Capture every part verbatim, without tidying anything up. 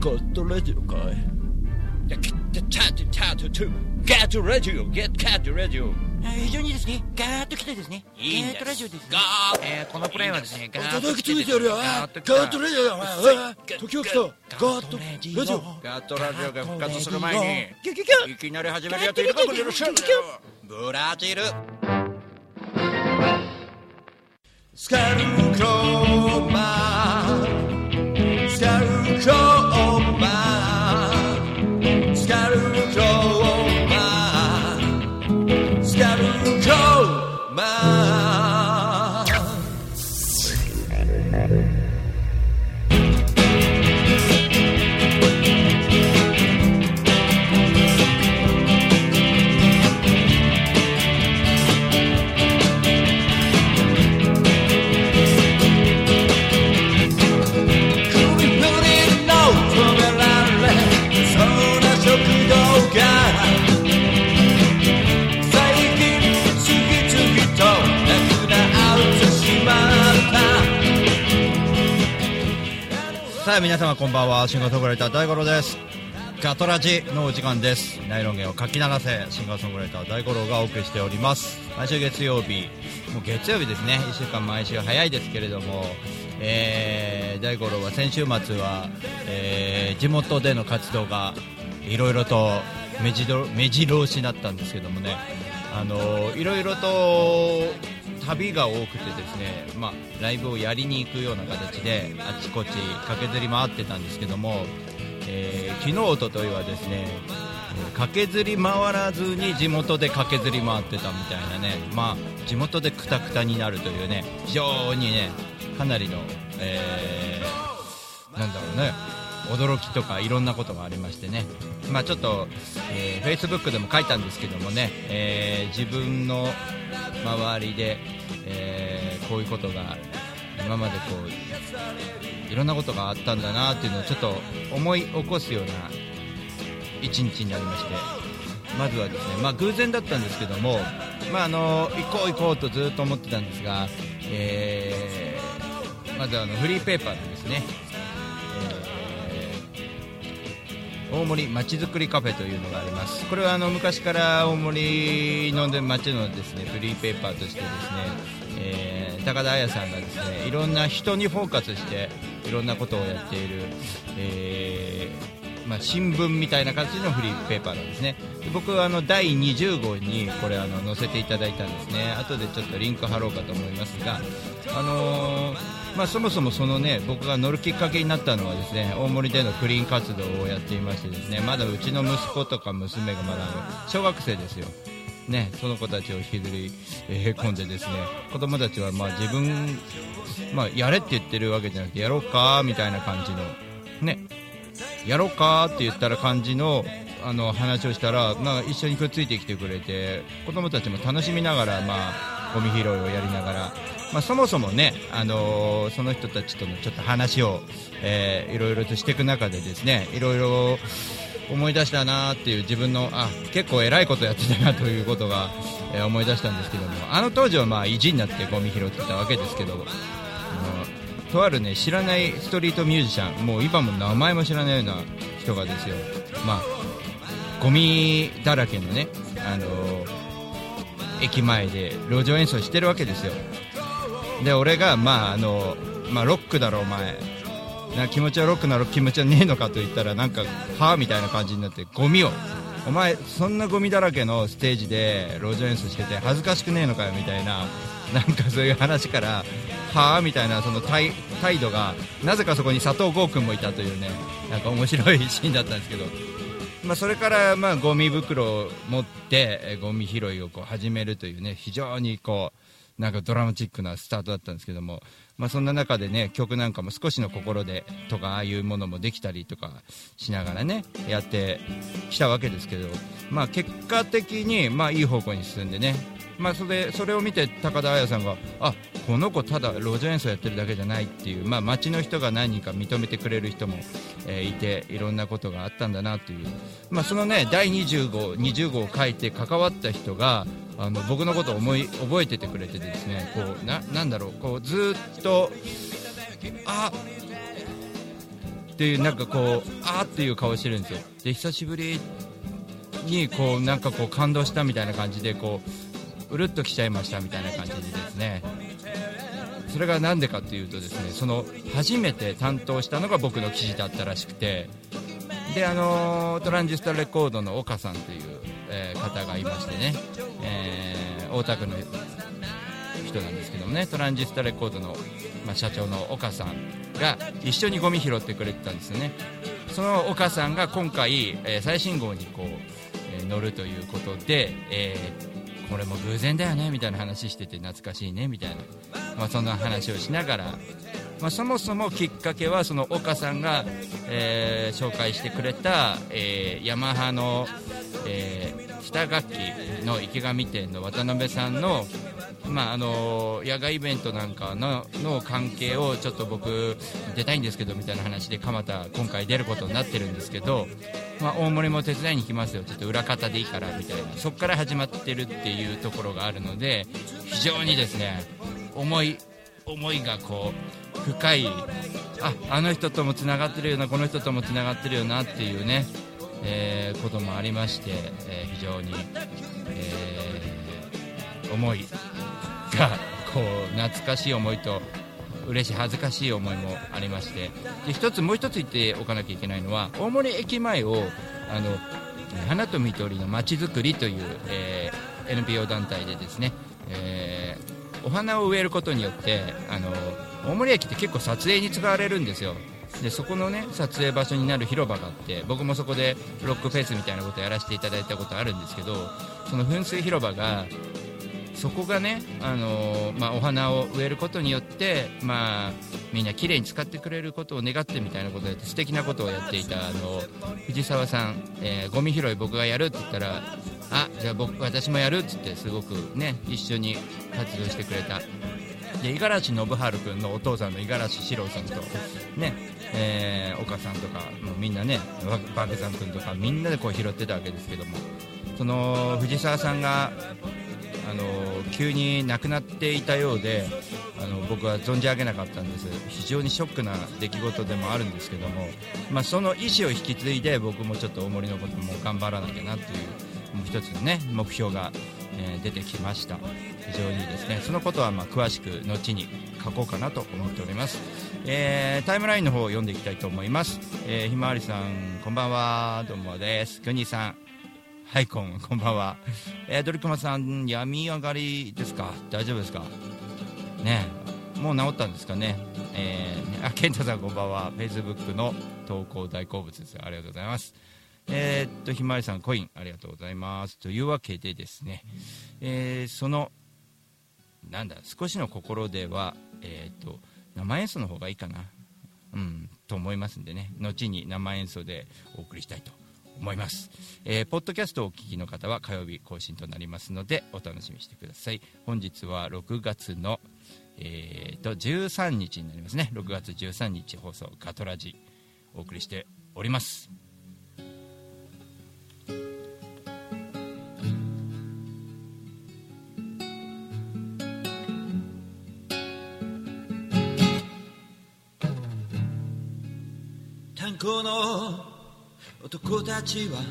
ガットラジオかい。ゲットラジオ、ゲットラジオ。 非常にですね、ガーッと来てですね、 いいんです。 ゲートラジオですね。 ガーッ、 えー、このプレイはですね、ガーッと叩きつ来てですね、 めてやるよ。 ガーッと来たガットラジオだ。時を来た。ガットラジオ。 ガットラジオが復活する前にキュキュキュいきなり始めるやついるかもしれません。ブラジルスカルクローバー、スカルクローバー、スカルクローバー、スカルクローバー。 さあ皆様こんばんは。シンガーソングライター大五郎です。ガトラジのお時間です。ナイロン弦をかき鳴らせ、シンガーソングライター大五郎がお送りしております。毎週月曜日、もう月曜日ですね。いっしゅうかん毎週早いですけれども、えー、大五郎は先週末は、えー、地元での活動がいろいろと目白目白押しになったんですけどもね、あのいろいろと旅が多くてですね、まあ、ライブをやりに行くような形であちこち駆けずり回ってたんですけども、えー、昨日おとといはですね、駆けずり回らずに地元で駆けずり回ってたみたいなね、まあ、地元でクタクタになるというね、非常にねかなりの、えー、なんだろうね、驚きとかいろんなことがありましてね、まあ、ちょっと、えー、Facebook でも書いたんですけどもね、えー、自分の周りで、えー、こういうことが今までこういろんなことがあったんだなっていうのをちょっと思い起こすような一日になりまして、まずはですね、まあ、偶然だったんですけども、まあ、あの行こう行こうとずっと思ってたんですが、えー、まずあのフリーペーパーでですね、大森まちづくりカフェというのがあります。これはあの昔から大森の町のですねフリーペーパーとしてですね、えー、高田彩さんがですねいろんな人にフォーカスしていろんなことをやっている、えーまあ、新聞みたいな形のフリーペーパーなんですね。で僕はあのだいにじゅうごうにこれあの載せていただいたんですね。後でちょっとリンク貼ろうかと思いますが、あのーまあ、そもそもそのね僕が乗るきっかけになったのはですね、大森でのクリーン活動をやっていましてですね、まだうちの息子とか娘がまだ小学生ですよね。その子たちを引きずり、えー、込んでですね、子供たちはまあ自分、まあ、やれって言ってるわけじゃなくてやろうかみたいな感じのね、やろうかって言ったら感じのあの話をしたら、まあ、一緒にくっついてきてくれて、子供たちも楽しみながら、まあ、ゴミ拾いをやりながら、まあ、そもそもね、あのー、その人たちとのちょっと話を、えー、いろいろとしていく中でですね、いろいろ思い出したなっていう自分のあ結構偉いことやってたなということが、えー、思い出したんですけども、あの当時はまあ意地になってゴミ拾ってたわけですけど、あのとあるね知らないストリートミュージシャン、もう今も名前も知らないような人がですよ、まあゴミだらけのね、あのー、駅前で路上演奏してるわけですよ。で俺が、まああのまあ、ロックだろお前な、気持ちはロックなの気持ちはねえのかと言ったら、なんかはぁみたいな感じになって、ゴミをお前そんなゴミだらけのステージで路上演奏してて恥ずかしくねえのかよみたいな、なんかそういう話からはぁみたいなその態度が、なぜかそこに佐藤剛君もいたというね、なんか面白いシーンだったんですけど、まあ、それからまあゴミ袋を持ってゴミ拾いをこう始めるというね、非常にこうなんかドラマチックなスタートだったんですけども、まあ、そんな中でね曲なんかも少しの心でとかああいうものもできたりとかしながらねやってきたわけですけど、まあ、結果的にまあいい方向に進んでね、まあ、それそれを見て高田彩さんが、あこの子ただ路上演奏やってるだけじゃないっていう、まあ、街の人が何人か認めてくれる人も、えー、いて、いろんなことがあったんだなという、まあ、そのねだいにじゅうごうにじゅうごうを書いて関わった人があの僕のことを思い覚えててくれてですね、こう な, なんだろうこうずっとあっっていうなんかこうあーっていう顔してるんですよ。で久しぶりにこうなんかこう感動したみたいな感じでこううるっときちゃいましたみたいな感じでですね、それがなんでかっていうとですね、その初めて担当したのが僕の記事だったらしくて、であのトランジスタレコードの岡さんという、えー、方がいましてね、えー、大田区の人なんですけどもね、トランジスタレコードの、まあ、社長の岡さんが一緒にゴミ拾ってくれてたんですよね。その岡さんが今回、えー、最新号にこう、えー、乗るということで、えー、これも偶然だよねみたいな話してて懐かしいねみたいな、まあ、そんな話をしながら、まあ、そもそもきっかけはその岡さんが、えー、紹介してくれた、えー、ヤマハの、えー、下楽器の池上店の渡辺さんの、まあ、あの野外イベントなんか の, の関係をちょっと僕出たいんですけどみたいな話で蒲田今回出ることになってるんですけど、まあ、大森も手伝いに来ますよ、ちょっと裏方でいいからみたいな、そこから始まってるっていうところがあるので、非常にですね思い思いがこう深い、ああの人ともつながってるよな、この人ともつながってるよなっていうね、えー、こともありまして、えー、非常に、えー、思いがこう懐かしい思いと嬉しい恥ずかしい思いもありまして、で一つもう一つ言っておかなきゃいけないのは、大森駅前をあの花と緑のまちづくりという、えー、エヌピーオー 団体でですね、えー、お花を植えることによってあの大森駅って結構撮影に使われるんですよ。でそこのね撮影場所になる広場があって、僕もそこでロックフェスみたいなことをやらせていただいたことあるんですけど、その噴水広場がそこがね、あのーまあ、お花を植えることによって、まあ、みんなきれいに使ってくれることを願ってみたいなことをやって素敵なことをやっていたあの藤沢さん、えー、ゴミ拾い僕がやるって言ったら、あじゃあ僕私もやるって言ってすごくね一緒に活動してくれた。で五十嵐信春君のお父さんの五十嵐史郎さんとね、えー、岡さんとかもうみんなねバケさん君とかみんなでこう拾ってたわけですけども、その藤沢さんがあの急に亡くなっていたようで、あの僕は存じ上げなかったんです。非常にショックな出来事でもあるんですけども、まあ、その意思を引き継いで僕もちょっと大森のことも頑張らなきゃなというもう一つのね目標が、えー、出てきました。非常にですねそのことはまあ詳しく後に書こうかなと思っております。えー、タイムラインの方を読んでいきたいと思います。えー、ひまわりさんこんばんは、どうもです。くにさんはいこんこんばんは。えー、ドリクマさん病み上がりですか、大丈夫ですかね、もう治ったんですかね。えー、あ健太さんこんばんは。フェイスブックの投稿大好物です。ありがとうございます。えー、っとひまわりさんコインありがとうございますというわけでですね、えー、そのなんだ少しの心では、えー、っと生演奏の方がいいかな、うん、と思いますんでね、後に生演奏でお送りしたいと思います。えー、ポッドキャストをお聞きの方は火曜日更新となりますのでお楽しみにしてください。本日はろくがつの、えー、とじゅうさんにちになりますね。ろくがつじゅうさんにち放送ガトラジお送りしております。 炭鉱の男たちは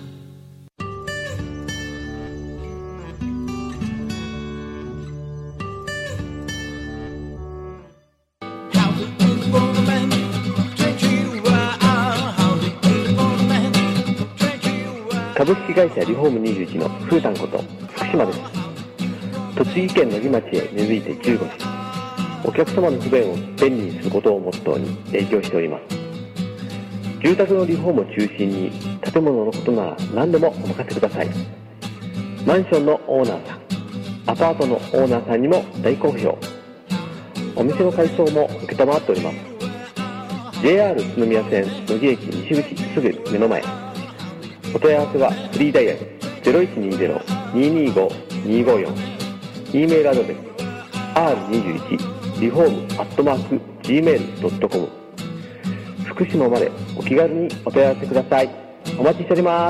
株式会社リフォームにじゅういちのふうたんこと福島です。栃木県野木町へ根付いてじゅうごねん、お客様の不便を便利にすることをモットーに営業しております。住宅のリフォームを中心に建物のことなら何でもお任せください。マンションのオーナーさん、アパートのオーナーさんにも大好評。お店の改装も承っております。 ジェイアール 宇都宮線野木駅西口すぐ目の前。お問い合わせはフリーダイヤル ゼロいちにゼロ にーにーご にーごよん、 E メールアドレス アールにじゅういち リフォーム アットマーク ジーメール ドットコム。 福島までお気軽にお問い合わせください。お待ちしております。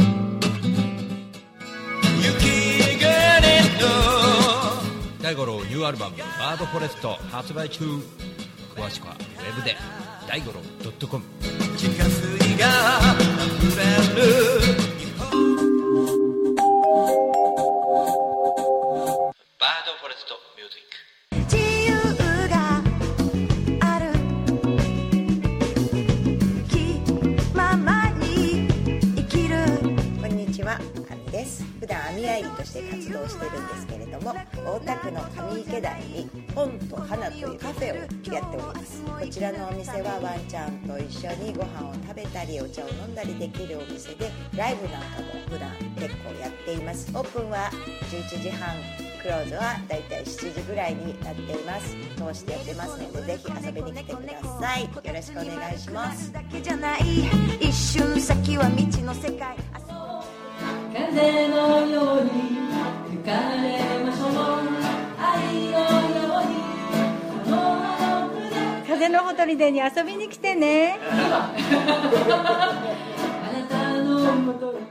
大五郎ニュューアルバム「バードフォレスト」発売中。詳しくはウェブで大五郎 .com。 地下水が溢れるバードフォレストミュージック。 普段網愛理として活動してるんですけれども、大田区の上池台に本と花というカフェをやっております。こちらのお店はワンちゃんと一緒にご飯を食べたりお茶を飲んだりできるお店で、ライブなんかも普段結構やっています。オープンはじゅういちじはん、クローズはだいたいしちじぐらいになっています。通してやってますので、ぜひ遊びに来てください。よろしくお願いします。一瞬先は未知の世界。 風のように吹かれましょう、愛のようにこの風のほとりでに遊びに来てね。あなたのもとへ。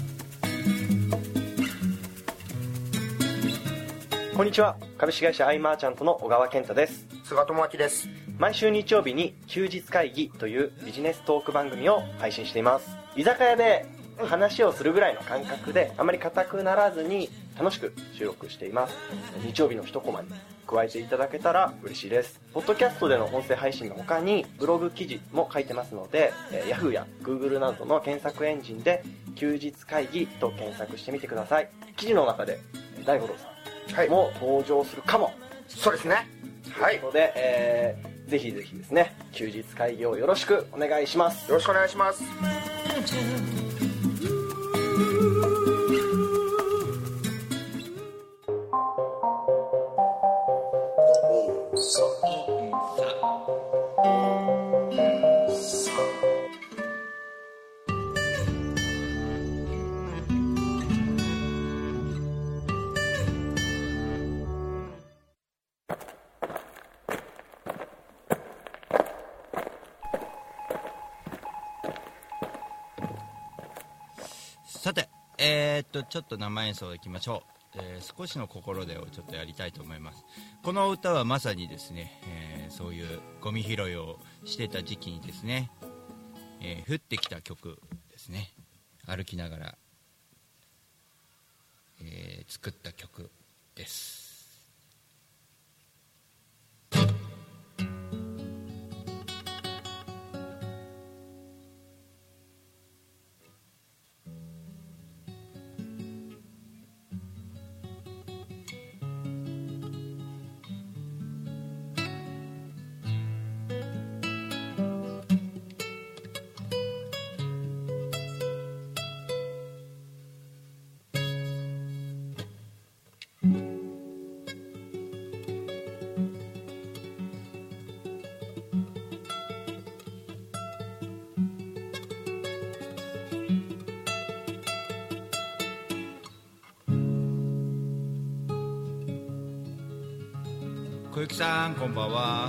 こんにちは。株式会社アイマーチャントの小川健太です。 菅智明です。 毎週日曜日に休日会議というビジネストーク番組を配信しています。居酒屋で話をするぐらいの感覚で、あまり硬くならずに楽しく収録しています。日曜日の一コマに加えていただけたら嬉しいです。ポッドキャストでの音声配信の他にブログ記事も書いてますので、えー、Yahoo や Google などの検索エンジンで休日会議と検索してみてください。記事の中で大五郎さんも登場するかも、はい、 そうですね。はい。 ということで、えー、ぜひぜひですね、休日会議をよろしくお願いします。 よろしくお願いします。 さて、えー、っとちょっと生演奏いきましょう。えー、少しの心でをちょっとやりたいと思います。この歌はまさにですね、えー、そういうゴミ拾いをしてた時期にですね、えー、降ってきた曲ですね。歩きながら、えー、作った曲です。小雪さん、こんばんは。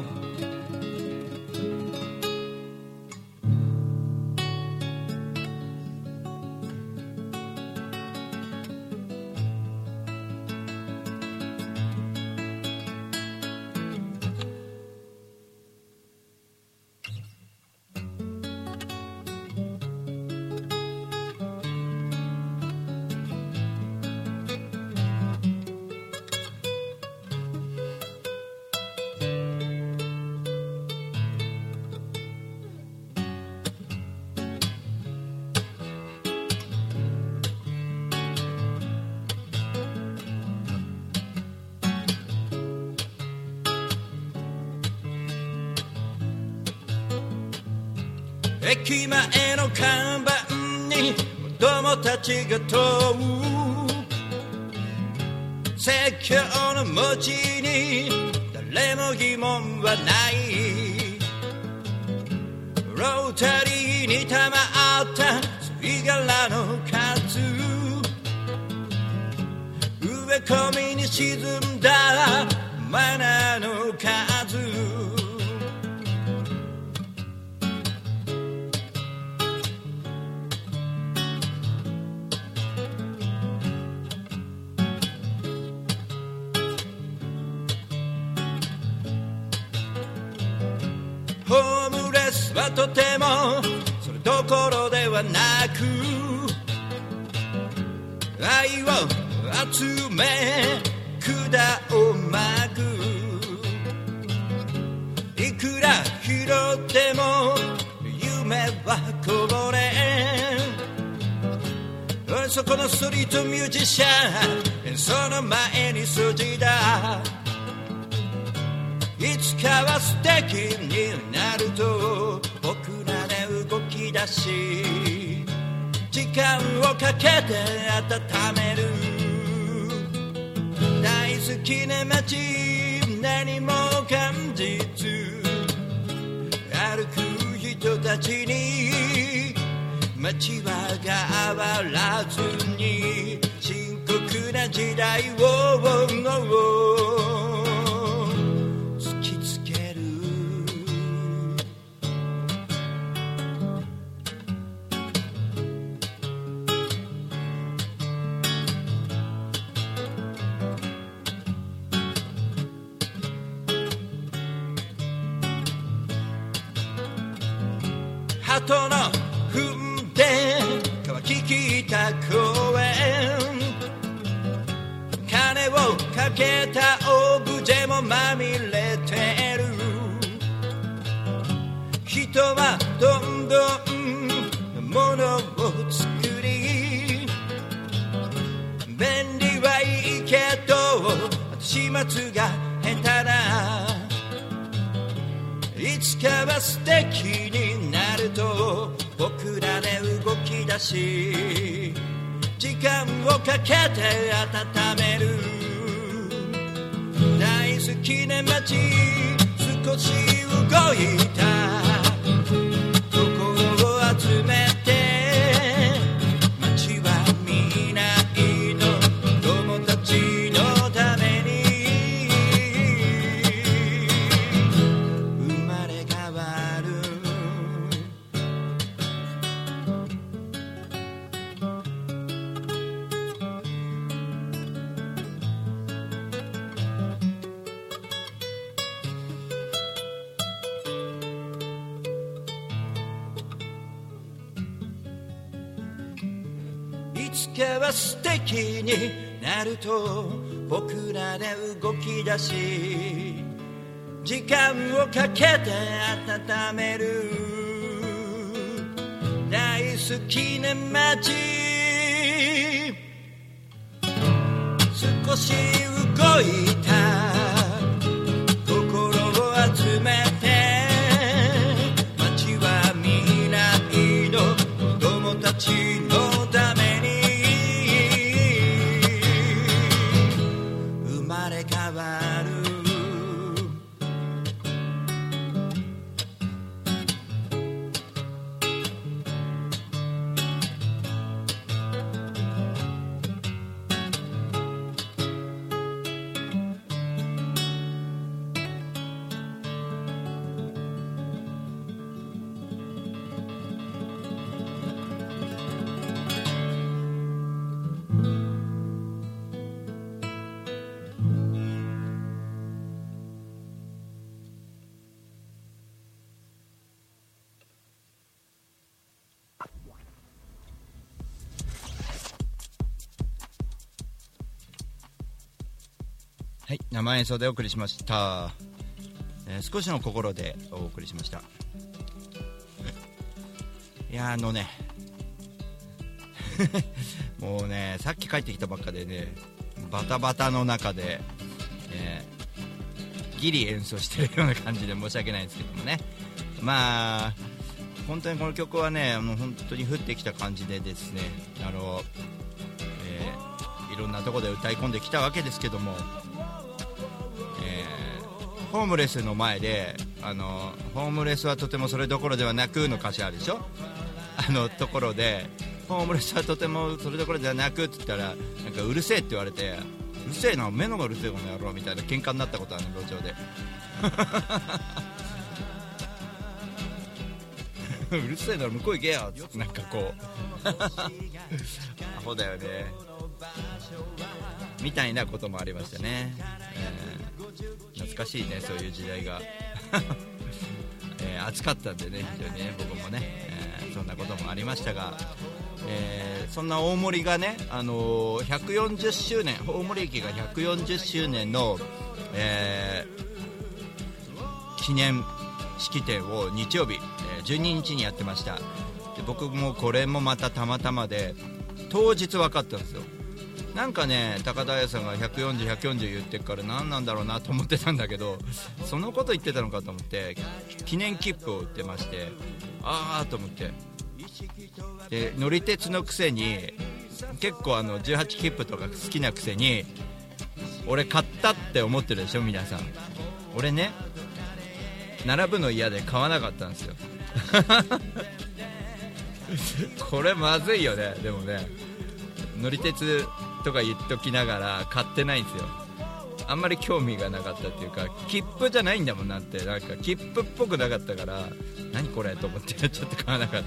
駅前の看板に子供たちが問う、説教の文字に誰も疑問はない。ロータリーに溜まった吸い殻の数、植え込みに沈んだマナの数、 はとてもそれどころではなく、愛を集め管を巻く、いくら拾っても夢はこぼれ、そこのストリートミュージシャンその前に筋だ、いつかは素敵になると僕らで動き出し、時間をかけて温める、大好きな街何も感じず歩く人たちに、街は変わらずに深刻な時代を突きつける。鳩の踏んで乾ききった公園、金をかけたオブジェもまみれてる、人はどんどん物を作り、便利はいいけど始末が下手だ、いつかは素敵になると僕らで動き出し、時間をかけて温める、大好きな街少し動いた心を集めて、街は未来の友達のために生まれ変わる。いつかは素敵になると僕らで動き出し、時間をかけて温める、大好きな街少し動いた心を集めて、街は未来の子供たちのために生まれ変わる。 はい、生演奏でお送りしました、えー、少しの心でお送りしました。いやあのねもうねさっき帰ってきたばっかでねバタバタの中で、えー、ギリ演奏してるような感じで申し訳ないんですけどもね、まあ本当にこの曲はねもう本当に降ってきた感じでですね、あの、えー、いろんなところで歌い込んできたわけですけども、ホームレスの前であのホームレスはとてもそれどころではなくの歌詞あるでしょ、あのところでホームレスはとてもそれどころではなくって言ったらなんかうるせえって言われて、うるせえな目のがうるせえこの野郎みたいな喧嘩になったことあるの路上でうるせえなら向こう行けよってなんかこうアホだよねみたいなこともありましたね、えー、懐かしいねそういう時代が、ええー、暑かったんでね、非常にね僕もね、えー、そんなこともありましたが、えー、そんな大森がね、あのー、ひゃくよんじゅっしゅうねん、大森駅がひゃくよんじゅっしゅうねんの、えー、記念式典を日曜日、えー、じゅうににちにやってました。で僕もこれもまたたまたまで当日分かったんですよ。なんかね、高田屋さんがひゃくよんじゅう、ひゃくよんじゅう言ってるから何なんだろうなと思ってたんだけど、そのこと言ってたのかと思って記念切符を売ってまして、あーと思って、で乗り鉄のくせに結構あのじゅうはち切符とか好きなくせに俺買ったって思ってるでしょ皆さん。俺ね、並ぶの嫌で買わなかったんですよこれまずいよね。でもね、乗り鉄とか言っときながら買ってないんですよ。あんまり興味がなかったっていうか、切符じゃないんだもんなって、なんか切符っぽくなかったから何これと思ってちょっと買わなかった。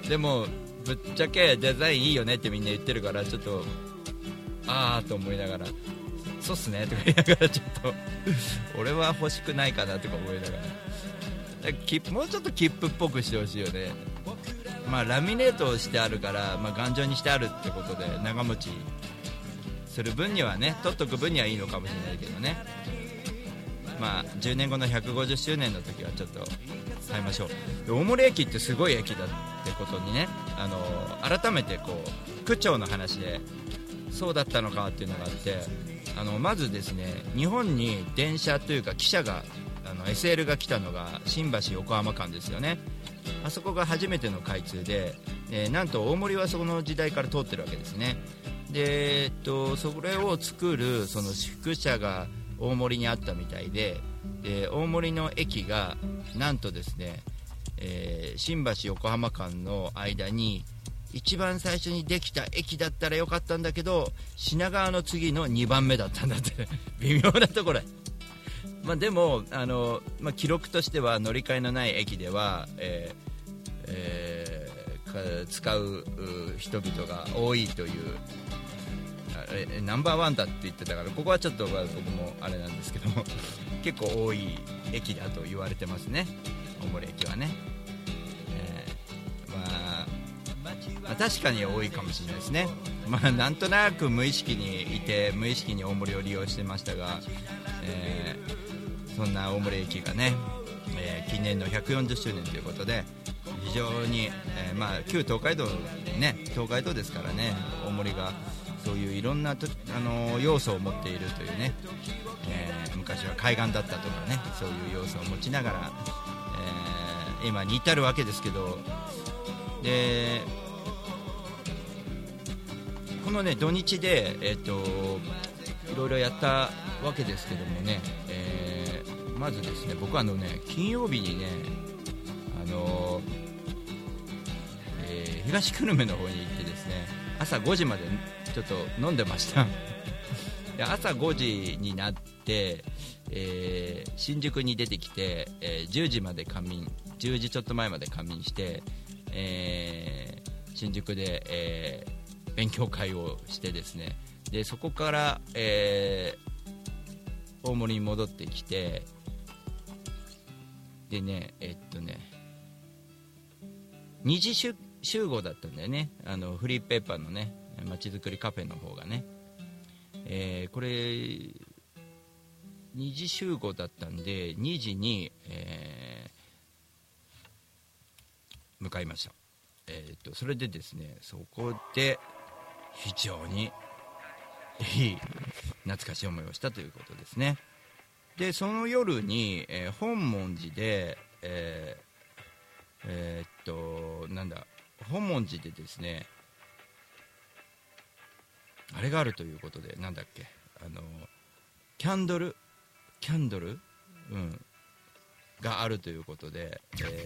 でもぶっちゃけデザインいいよねってみんな言ってるから、ちょっとあーと思いながら、そうっすねとか言いながら、ちょっと俺は欲しくないかなとか思いながら、切符もうちょっと切符っぽくしてほしいよね。まあラミネートしてあるから、まあ、頑丈にしてあるってことで長持ちする分にはね、取っとく分にはいいのかもしれないけどね。まあじゅうねんごのひゃくごじゅっしゅうねんの時はちょっと買いましょう。で大森駅ってすごい駅だってことにね、あのー、改めてこう区長の話でそうだったのかっていうのがあって、あのまずですね、日本に電車というか汽車があの エスエル が来たのが新橋横浜間ですよね。あそこが初めての開通で、えー、なんと大森はその時代から通ってるわけですね。で、えっと、それを作るその宿舎が大森にあったみたいで、で大森の駅がなんとですね、えー、新橋横浜間の間に一番最初にできた駅だったらよかったんだけど、品川の次のにばんめだったんだって微妙なところ。まあ、でもあの、まあ、記録としては乗り換えのない駅では、えーえー、使う人々が多いという、えナンバーワンだって言ってたから、ここはちょっと僕もあれなんですけども結構多い駅だと言われてますね、大森駅はね。えーまあまあ、確かに多いかもしれないですね。まあ、なんとなく無意識にいて無意識に大森を利用してましたが、えー、そんな大森駅がね、えー、近年のひゃくよんじゅっしゅうねんということで非常に、えーまあ、旧東海道ね、東海道ですからね、大森がそういういろんなと、あのー、要素を持っているというね、えー、昔は海岸だったとかね、そういう要素を持ちながら、えー、今に至るわけですけど、でこのね土日で、えー、といろいろやったわけですけどもね、えー、まずですね、僕はあのね金曜日にね、あのーえー、東久留米の方に行ってですね、朝ごじまでちょっと飲んでましたで朝ごじになって、えー、新宿に出てきて、えー、じゅうじまで仮眠、じゅうじちょっと前まで仮眠して、えー、新宿で、えー、勉強会をしてですね、でそこから、えー、大森に戻ってきて、でねえっとね二次集集合だったんだよね、あのフリーペーパーのねまちづくりカフェの方がね、えー、これ二次集合だったんでにじに、えー、向かいました。えー、とそれでですね、そこで非常にいい懐かしい思いをしたということですね。でその夜に、えー、本門寺で、えー、えー、っとなんだ本門寺でですね、あれがあるということで、なんだっけ、あのキャンドルキャンドル、うん、があるということで、え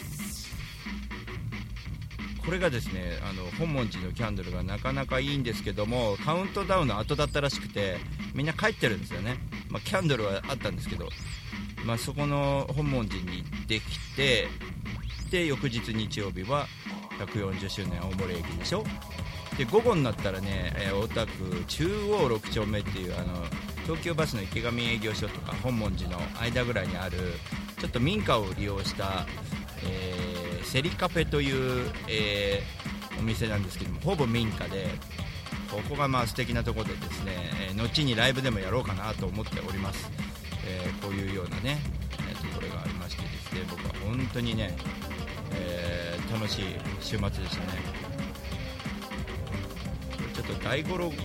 ー、これがですね、あの本門寺のキャンドルがなかなかいいんですけども、カウントダウンの後だったらしくてみんな帰ってるんですよね。まあ、キャンドルはあったんですけど、まあ、そこの本門寺に行ってきて、で翌日日曜日はひゃくよんじゅっしゅうねん大森駅でしょ。で午後になったらね、えー、大田区中央ろく丁目っていうあの東急バスの池上営業所とか本門寺の間ぐらいにある、 ちょっと民家を利用した、えー、セリカフェという、えー、お店なんですけども、ほぼ民家で、ここがまあ素敵なところでですね、えー、後にライブでもやろうかなと思っております。えー、こういうようなね、えー、ところがありましてですね、僕は本当にね、えー、楽しい週末でしたね。ちょっと大五郎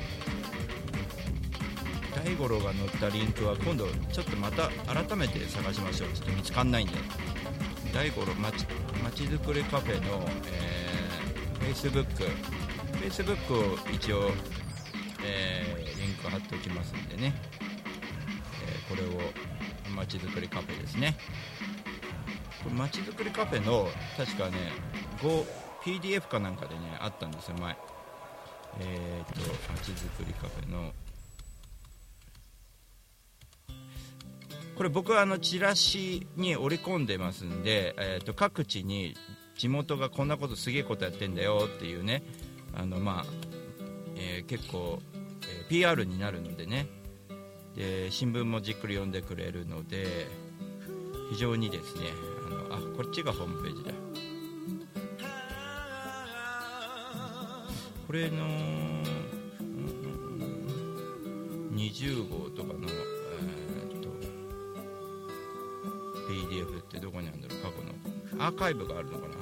大五郎が載ったリンクは今度ちょっとまた改めて探しましょう。ちょっと見つかんないんで、大五郎まちまちづくりカフェの、えー、Facebook Facebook を一応、えー、リンク貼っておきますんでね、えー、これをまちづくりカフェですね。これまちづくりカフェの確かね ピーディーエフ かなんかでねあったんですよ前。えーとまちづくりカフェのこれ僕はあのチラシに織り込んでますんで、えーと各地に地元がこんなことすげえことやってんだよっていうね、あのまあ、えー、結構、えー、ピーアール になるのでね、で新聞もじっくり読んでくれるので非常にですね、あのあこっちがホームページだ。これのにじゅうごうとかの、えー、と ピーディーエフ ってどこにあるんだろう。過去のアーカイブがあるのかな。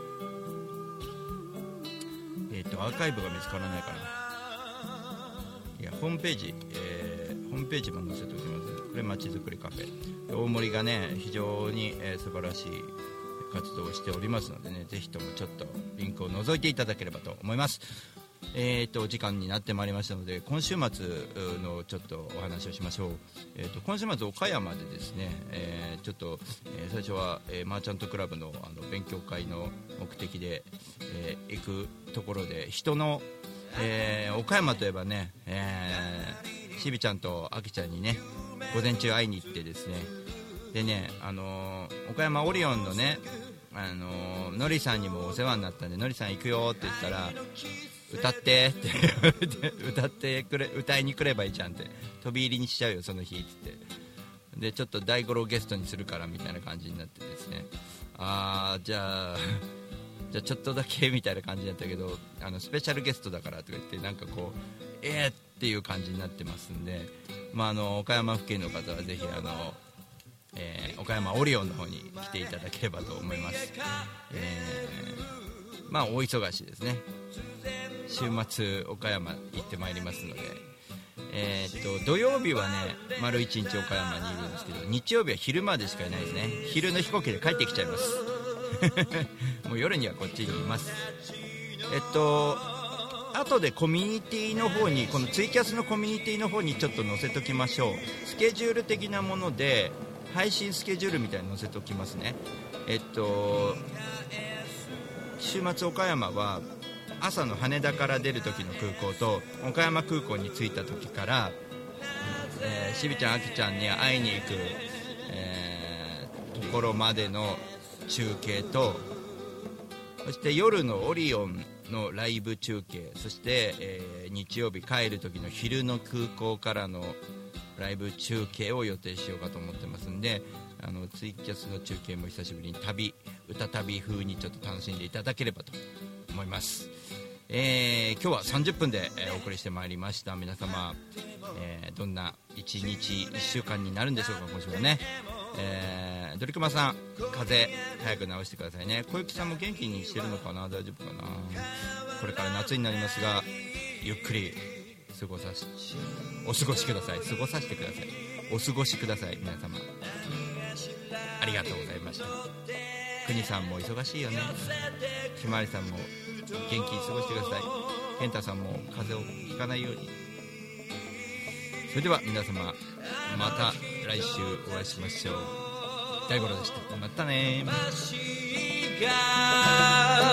えー、とアーカイブが見つからないかな。いやホームページ、えー、ホームページも載せておきます。これまちづくりカフェ大森がね非常に、えー、素晴らしい活動をしておりますのでね、ぜひともちょっとリンクを覗いていただければと思います。えー、とお時間になってまいりましたので、今週末のちょっとお話をしましょう。えー、と今週末岡山でですね、えー、ちょっと、えー、最初は、えー、マーチャントクラブの、あの勉強会の目的で、えー、行くところで人の、えー、岡山といえばね、えー、しびちゃんとあきちゃんにね午前中会いに行ってですね、でね、あのー、岡山オリオンのね、あのー、のりさんにもお世話になったんで、のりさん行くよって言ったら歌ってって言われて歌ってくれ歌いに来ればいいじゃんって、飛び入りにしちゃうよその日って言って、でちょっと大五郎ゲストにするからみたいな感じになってですね、あーじゃあじゃあちょっとだけみたいな感じだったけど、あのスペシャルゲストだからとか言ってなんかこうえーっていう感じになってますんで、まあ、あの岡山付近の方はぜひあの、えー、岡山オリオンの方に来ていただければと思います。えー、まあ大忙しいですね。週末岡山行ってまいりますので、えー、っと土曜日はね丸一日岡山にいるんですけど、日曜日は昼までしかいないですね。昼の飛行機で帰ってきちゃいますもう夜にはこっちにいます。えっと後でコミュニティの方に、このツイキャスのコミュニティの方にちょっと載せときましょう。スケジュール的なもので配信スケジュールみたいに載せときますね。えっと週末岡山は朝の羽田から出る時の空港と岡山空港に着いた時から、えー、しびちゃんあきちゃんに会いに行く、えー、ところまでの中継と、そして夜のオリオンのライブ中継、そして、えー、日曜日帰る時の昼の空港からのライブ中継を予定しようかと思ってますんで、あのツイキャスの中継も久しぶりに旅歌旅風にちょっと楽しんでいただければと思います。えー、今日はさんじゅっぷんで、えー、お送りしてまいりました。皆様、えー、どんないちにちいっしゅうかんになるんでしょうか。今週はね、えー、ドリクマさん風邪早く治してくださいね。小雪さんも元気にしてるのかな、大丈夫かな。これから夏になりますがゆっくり過ごさしお過ごしください。過ごさせてください。お過ごしください。皆様ありがとうございました。国さんも忙しいよね。ひまわりさんも元気に過ごしてください。健太さんも風邪をひかないように。それでは皆様また来週お会いしましょう。大五郎でした。またね。